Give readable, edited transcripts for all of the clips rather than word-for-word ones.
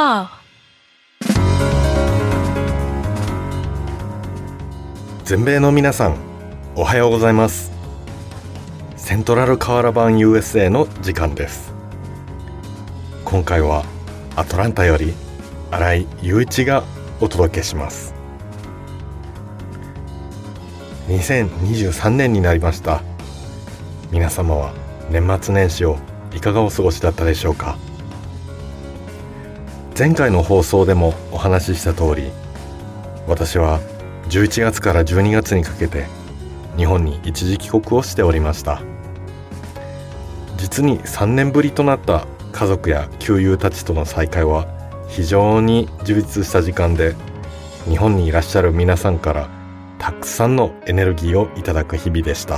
バー。 全米の皆さん、おはようございます。セントラルカワラバン USA の時間です。今回はアトランタより新井雄一がお届けします。2023年になりました。皆様は年末年始をいかがお過ごしだったでしょうか。前回の放送でもお話しした通り、私は11月から12月にかけて日本に一時帰国をしておりました。実に3年ぶりとなった家族や旧友たちとの再会は非常に充実した時間で、日本にいらっしゃる皆さんからたくさんのエネルギーをいただく日々でした。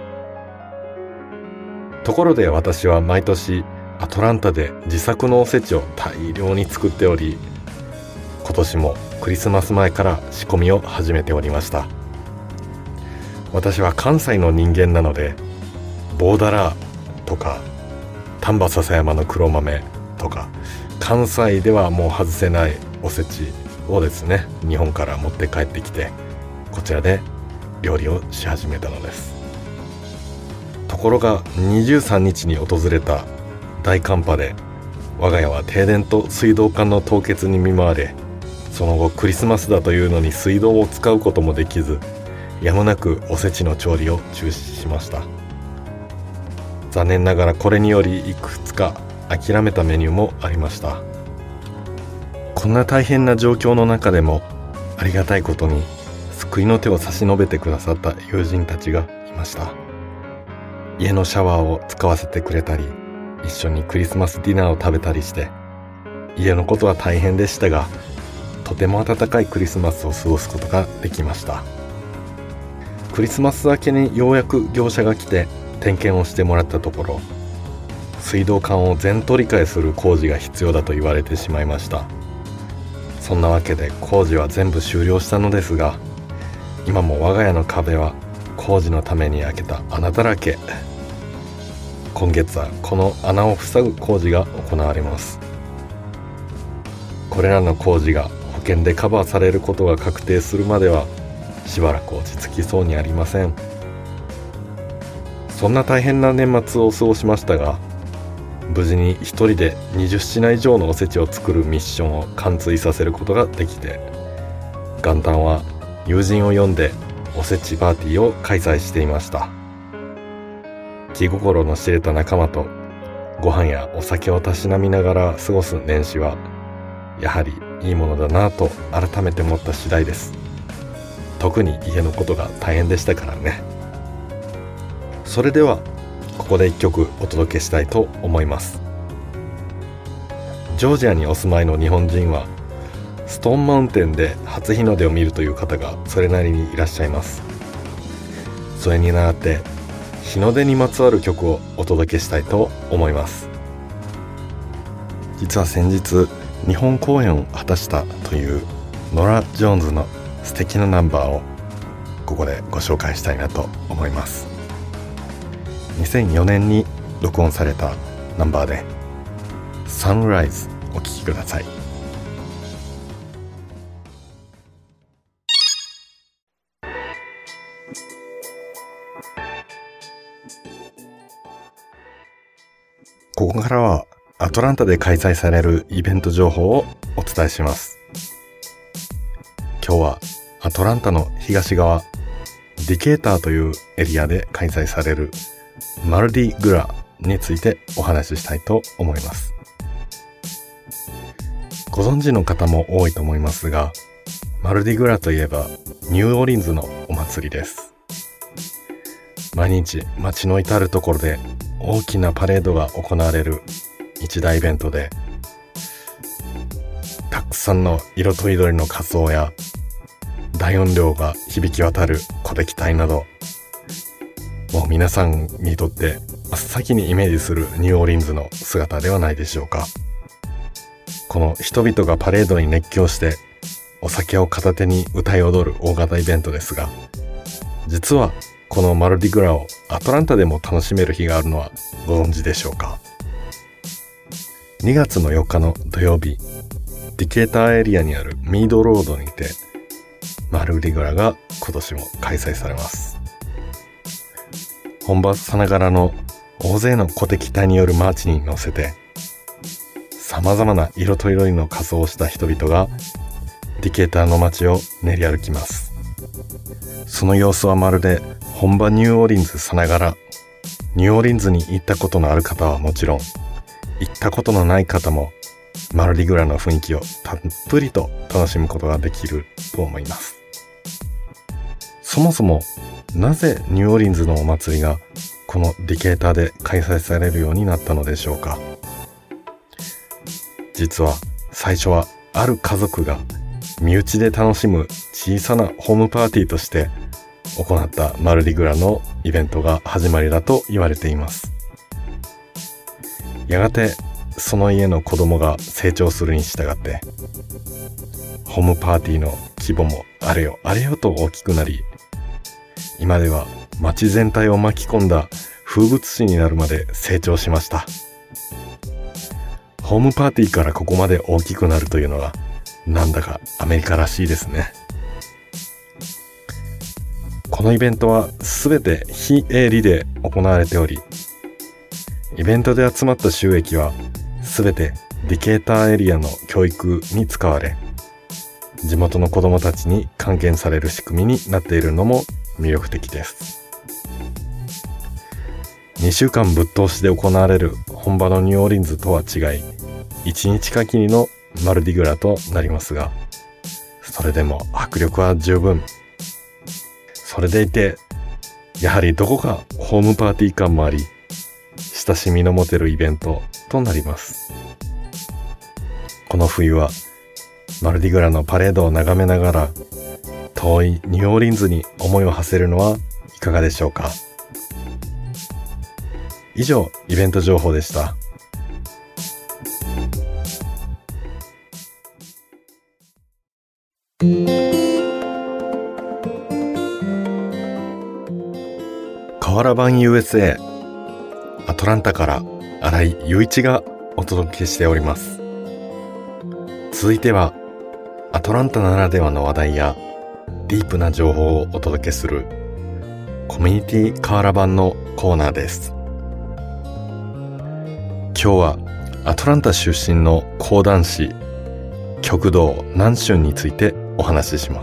ところで私は毎年アトランタで自作のおせちを大量に作っており、今年もクリスマス前から仕込みを始めておりました。私は関西の人間なので、ボーダラーとか丹波篠山の黒豆とか、関西ではもう外せないおせちをですね、日本から持って帰ってきて、こちらで料理をし始めたのです。ところが23日に訪れた大寒波で、我が家は停電と水道管の凍結に見舞われ、その後クリスマスだというのに水道を使うこともできず、やむなくおせちの調理を中止しました。残念ながらこれによりいくつか諦めたメニューもありました。こんな大変な状況の中でも、ありがたいことに救いの手を差し伸べてくださった友人たちがいました。家のシャワーを使わせてくれたり、一緒にクリスマスディナーを食べたりして、家のことは大変でしたが、とても温かいクリスマスを過ごすことができました。クリスマス明けにようやく業者が来て点検をしてもらったところ、水道管を全取り替えする工事が必要だと言われてしまいました。そんなわけで工事は全部終了したのですが、今も我が家の壁は工事のために開けた穴だらけ。今月はこの穴を塞ぐ工事が行われます。これらの工事が保険でカバーされることが確定するまでは、しばらく落ち着きそうにありません。そんな大変な年末を過ごしましたが、無事に一人で20品以上のおせちを作るミッションを完遂させることができて、元旦は友人を呼んでおせちパーティーを開催していました。気心の知れた仲間とご飯やお酒をたしなみながら過ごす年始は、やはりいいものだなと改めて思った次第です。特に家のことが大変でしたからね。それではここで一曲お届けしたいと思います。ジョージアにお住まいの日本人は、ストーンマウンテンで初日の出を見るという方がそれなりにいらっしゃいます。それに倣って日の出にまつわる曲をお届けしたいと思います。実は先日日本公演を果たしたというノラ・ジョーンズの素敵なナンバーをここでご紹介したいなと思います。2004年に録音されたナンバーでサンライズお聴きください。ここからはアトランタで開催されるイベント情報をお伝えします。今日はアトランタの東側ディケーターというエリアで開催されるマルディグラについてお話ししたいと思います。ご存知の方も多いと思いますが、マルディグラといえばニューオーリンズのお祭りです。毎日街の至るところで大きなパレードが行われる一大イベントで、たくさんの色とりどりの仮装や大音量が響き渡る鼓笛隊など、もう皆さんにとって真っ先にイメージするニューオーリンズの姿ではないでしょうか。この人々がパレードに熱狂してお酒を片手に歌い踊る大型イベントですが、実はこのマルディグラをアトランタでも楽しめる日があるのはご存知でしょうか。2月の4日の土曜日、 ディケーターエリアにあるミードロードにてマルディグラが今年も開催されます。本場さながらの大勢の鼓笛隊によるマーチに乗せて様々な色とりどりの仮装をした人々がディケーターの街を練り歩きます。その様子はまるで本場ニューオーリンズさながら。ニューオーリンズに行ったことのある方はもちろん、行ったことのない方もマルディグラの雰囲気をたっぷりと楽しむことができると思います。そもそもなぜニューオーリンズのお祭りがこのディケーターで開催されるようになったのでしょうか。実は最初はある家族が身内で楽しむ小さなホームパーティーとして行ったマルディグラのイベントが始まりだと言われています。やがてその家の子供が成長するに従ってホームパーティーの規模もあれよあれよと大きくなり、今では街全体を巻き込んだ風物詩になるまで成長しました。ホームパーティーからここまで大きくなるというのはなんだかアメリカらしいですね。このイベントはすべて非営利で行われており、イベントで集まった収益はすべてディケーターエリアの教育に使われ、地元の子どもたちに還元される仕組みになっているのも魅力的です。2週間ぶっ通しで行われる本場のニューオーリンズとは違い、1日限りのマルディグラとなりますが、それでも迫力は十分。それでいて、やはりどこかホームパーティー感もあり、親しみの持てるイベントとなります。この冬はマルディグラのパレードを眺めながら遠いニューオーリンズに思いを馳せるのはいかがでしょうか。以上、イベント情報でした。河原版 USA アトランタから新井雄一がお届けしております。続いてはアトランタならではの話題やディープな情報をお届けするコミュニティ河原版のコーナーです。今日はアトランタ出身の講談師極道南春についてお話しします。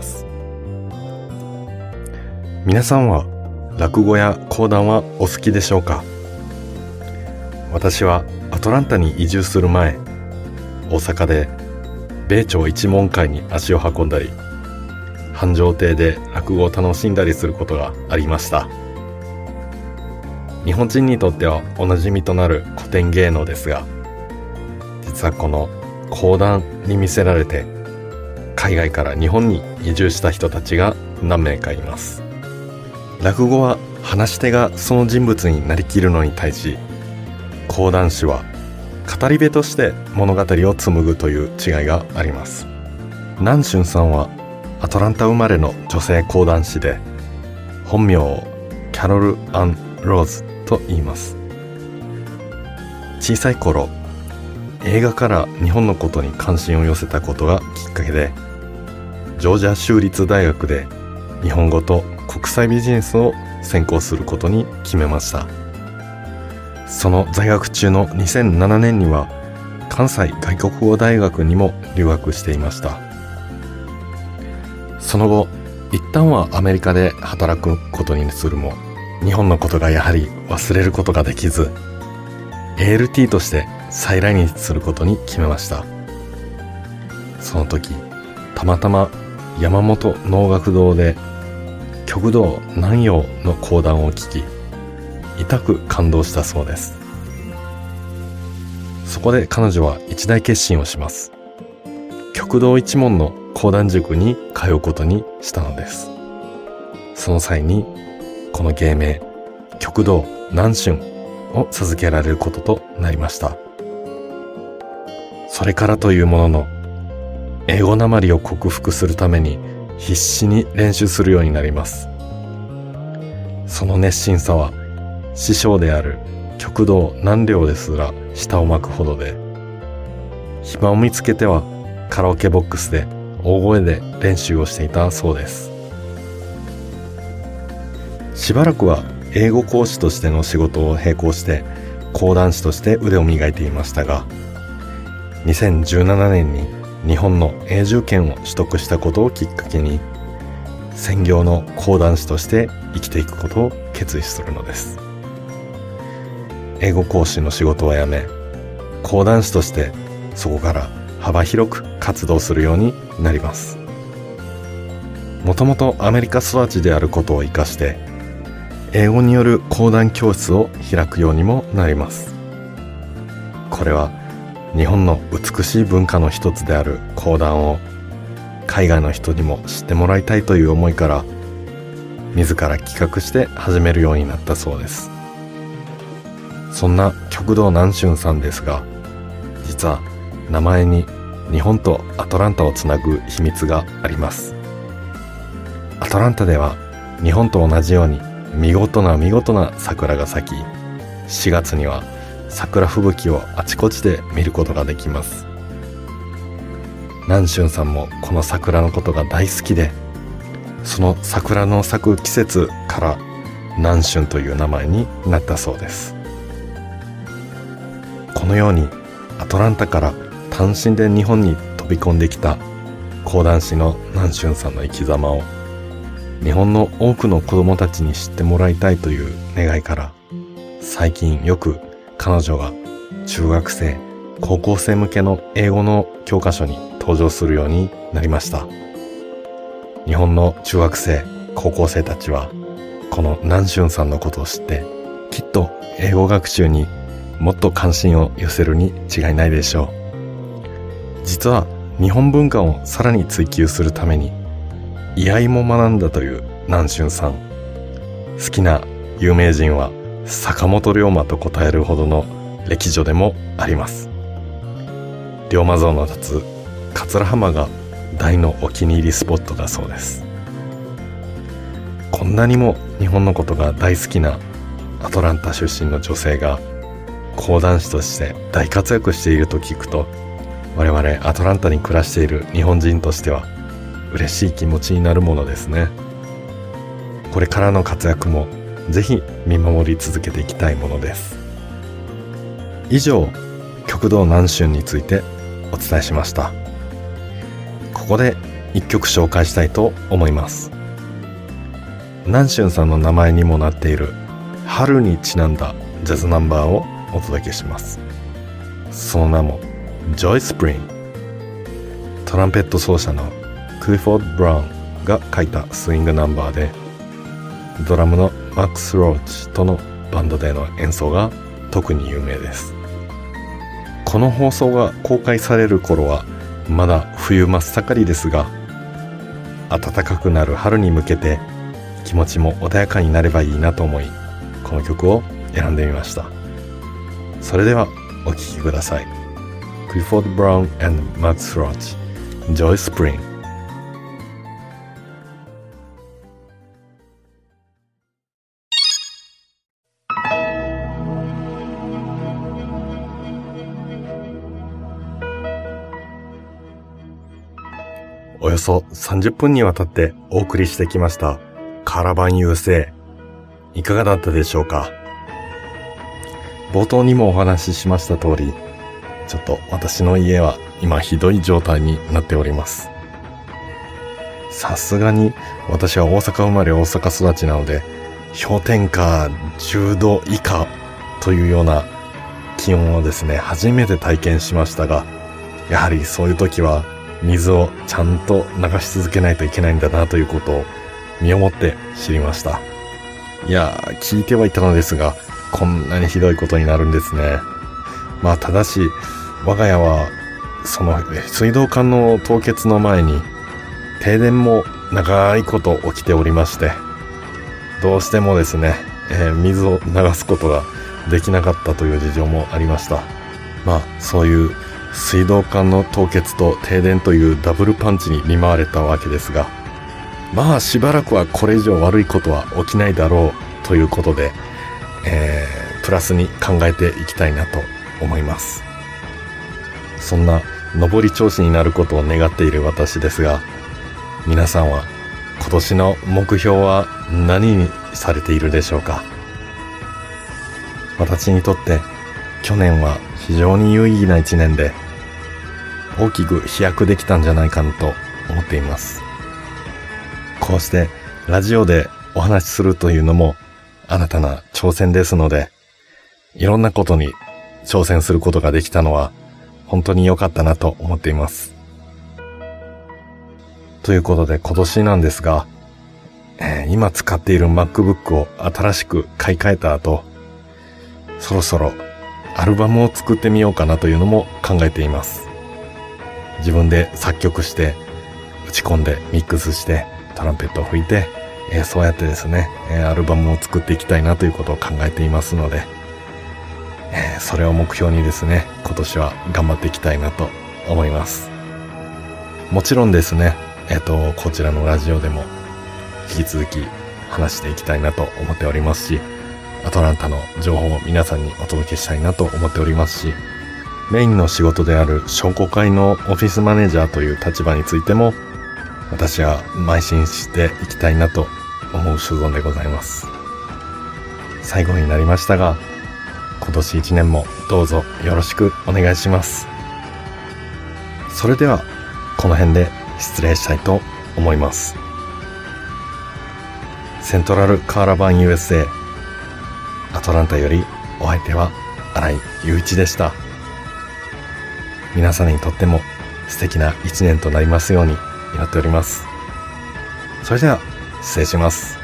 皆さんは落語や講談はお好きでしょうか。私はアトランタに移住する前、大阪で米朝一門会に足を運んだり、繁盛亭で落語を楽しんだりすることがありました。日本人にとってはおなじみとなる古典芸能ですが、実はこの講談に魅せられて海外から日本に移住した人たちが何名かいます。落語は話し手がその人物になりきるのに対し、講談師は語り部として物語を紡ぐという違いがあります。南春さんはアトランタ生まれの女性講談師で、本名をキャロル・アン・ローズと言います。小さい頃、映画から日本のことに関心を寄せたことがきっかけで、ジョージア州立大学で日本語と国際ビジネスを専攻することに決めました。その在学中の2007年には関西外国語大学にも留学していました。その後、一旦はアメリカで働くことにするも、日本のことがやはり忘れることができず、ALT として再来日することに決めました。その時、たまたま山本能楽堂で極道南陽の講談を聞き、痛く感動したそうです。そこで彼女は一大決心をします。極道一門の講談塾に通うことにしたのです。その際にこの芸名極道南春を授けられることとなりました。それからというものの、英語なまりを克服するために必死に練習するようになります。その熱心さは師匠である極道南陵ですら舌を巻くほどで、暇を見つけてはカラオケボックスで大声で練習をしていたそうです。しばらくは英語講師としての仕事を並行して講談師として腕を磨いていましたが、2017年に日本の永住権を取得したことをきっかけに専業の講談師として生きていくことを決意するのです。英語講師の仕事を辞め、講談師としてそこから幅広く活動するようになります。もともとアメリカ育ちであることを生かして英語による講談教室を開くようにもなります。これは日本の美しい文化の一つである講談を海外の人にも知ってもらいたいという思いから自ら企画して始めるようになったそうです。そんな極道南春さんですが、実は名前に日本とアトランタをつなぐ秘密があります。アトランタでは日本と同じように見事な桜が咲き、4月には桜吹雪をあちこちで見ることができます。南春さんもこの桜のことが大好きで、その桜の咲く季節から南春という名前になったそうです。このようにアトランタから単身で日本に飛び込んできた講談師の南春さんの生き様を日本の多くの子供たちに知ってもらいたいという願いから、最近よく彼女が中学生、高校生向けの英語の教科書に登場するようになりました。日本の中学生、高校生たちはこの南春さんのことを知ってきっと英語学習にもっと関心を寄せるに違いないでしょう。実は日本文化をさらに追求するために居合も学んだという南春さん。好きな有名人は坂本龍馬と答えるほどの歴女でもあります。龍馬像の立つ桂浜が大のお気に入りスポットだそうです。こんなにも日本のことが大好きなアトランタ出身の女性が講談師として大活躍していると聞くと、我々アトランタに暮らしている日本人としては嬉しい気持ちになるものですね。これからの活躍もぜひ見守り続けていきたいものです。以上、極道南春についてお伝えしました。ここで一曲紹介したいと思います。南春さんの名前にもなっている春にちなんだジャズナンバーをお届けします。その名も Joy Spring。 トランペット奏者のクリフォード・ブラウンが書いたスイングナンバーで、ドラムのマックス・ローチとのバンドでの演奏が特に有名です。この放送が公開される頃はまだ冬真っ盛りですが、暖かくなる春に向けて気持ちも穏やかになればいいなと思い、この曲を選んでみました。それではお聴きください。クリフォード・ブラウン&マックス・ローチ Joy Spring。およそ30分にわたってお送りしてきましたカラバン優勢、いかがだったでしょうか。冒頭にもお話ししました通り、ちょっと私の家は今ひどい状態になっております。さすがに私は大阪生まれ大阪育ちなので、氷点下10度以下というような気温をですね、初めて体験しましたが、やはりそういう時は水をちゃんと流し続けないといけないんだなということを身をもって知りました。いや、聞いてはいたのですが、こんなにひどいことになるんですね。まあただし我が家はその水道管の凍結の前に停電も長いこと起きておりまして、どうしてもですね、水を流すことができなかったという事情もありました。まあそういう水道管の凍結と停電というダブルパンチに見舞われたわけですが、まあしばらくはこれ以上悪いことは起きないだろうということで、プラスに考えていきたいなと思います。そんな上り調子になることを願っている私ですが、皆さんは今年の目標は何にされているでしょうか。私にとって去年は非常に有意義な一年で、大きく飛躍できたんじゃないかなと思っています。こうしてラジオでお話しするというのも新たな挑戦ですので、いろんなことに挑戦することができたのは本当に良かったなと思っています。ということで今年なんですが、今使っている MacBook を新しく買い替えた後、そろそろアルバムを作ってみようかなというのも考えています。自分で作曲して打ち込んでミックスしてトランペットを吹いて、そうやってですね、アルバムを作っていきたいなということを考えていますので、それを目標にですね、今年は頑張っていきたいなと思います。もちろんですね、こちらのラジオでも引き続き話していきたいなと思っておりますし、アトランタの情報を皆さんにお届けしたいなと思っておりますし、メインの仕事である商工会のオフィスマネージャーという立場についても、私は邁進していきたいなと思う所存でございます。最後になりましたが、今年1年もどうぞよろしくお願いします。それではこの辺で失礼したいと思います。セントラルカーラバン USA アトランタよりお相手は新井雄一でした。皆さんにとっても素敵な一年となりますように祈っております。それでは失礼します。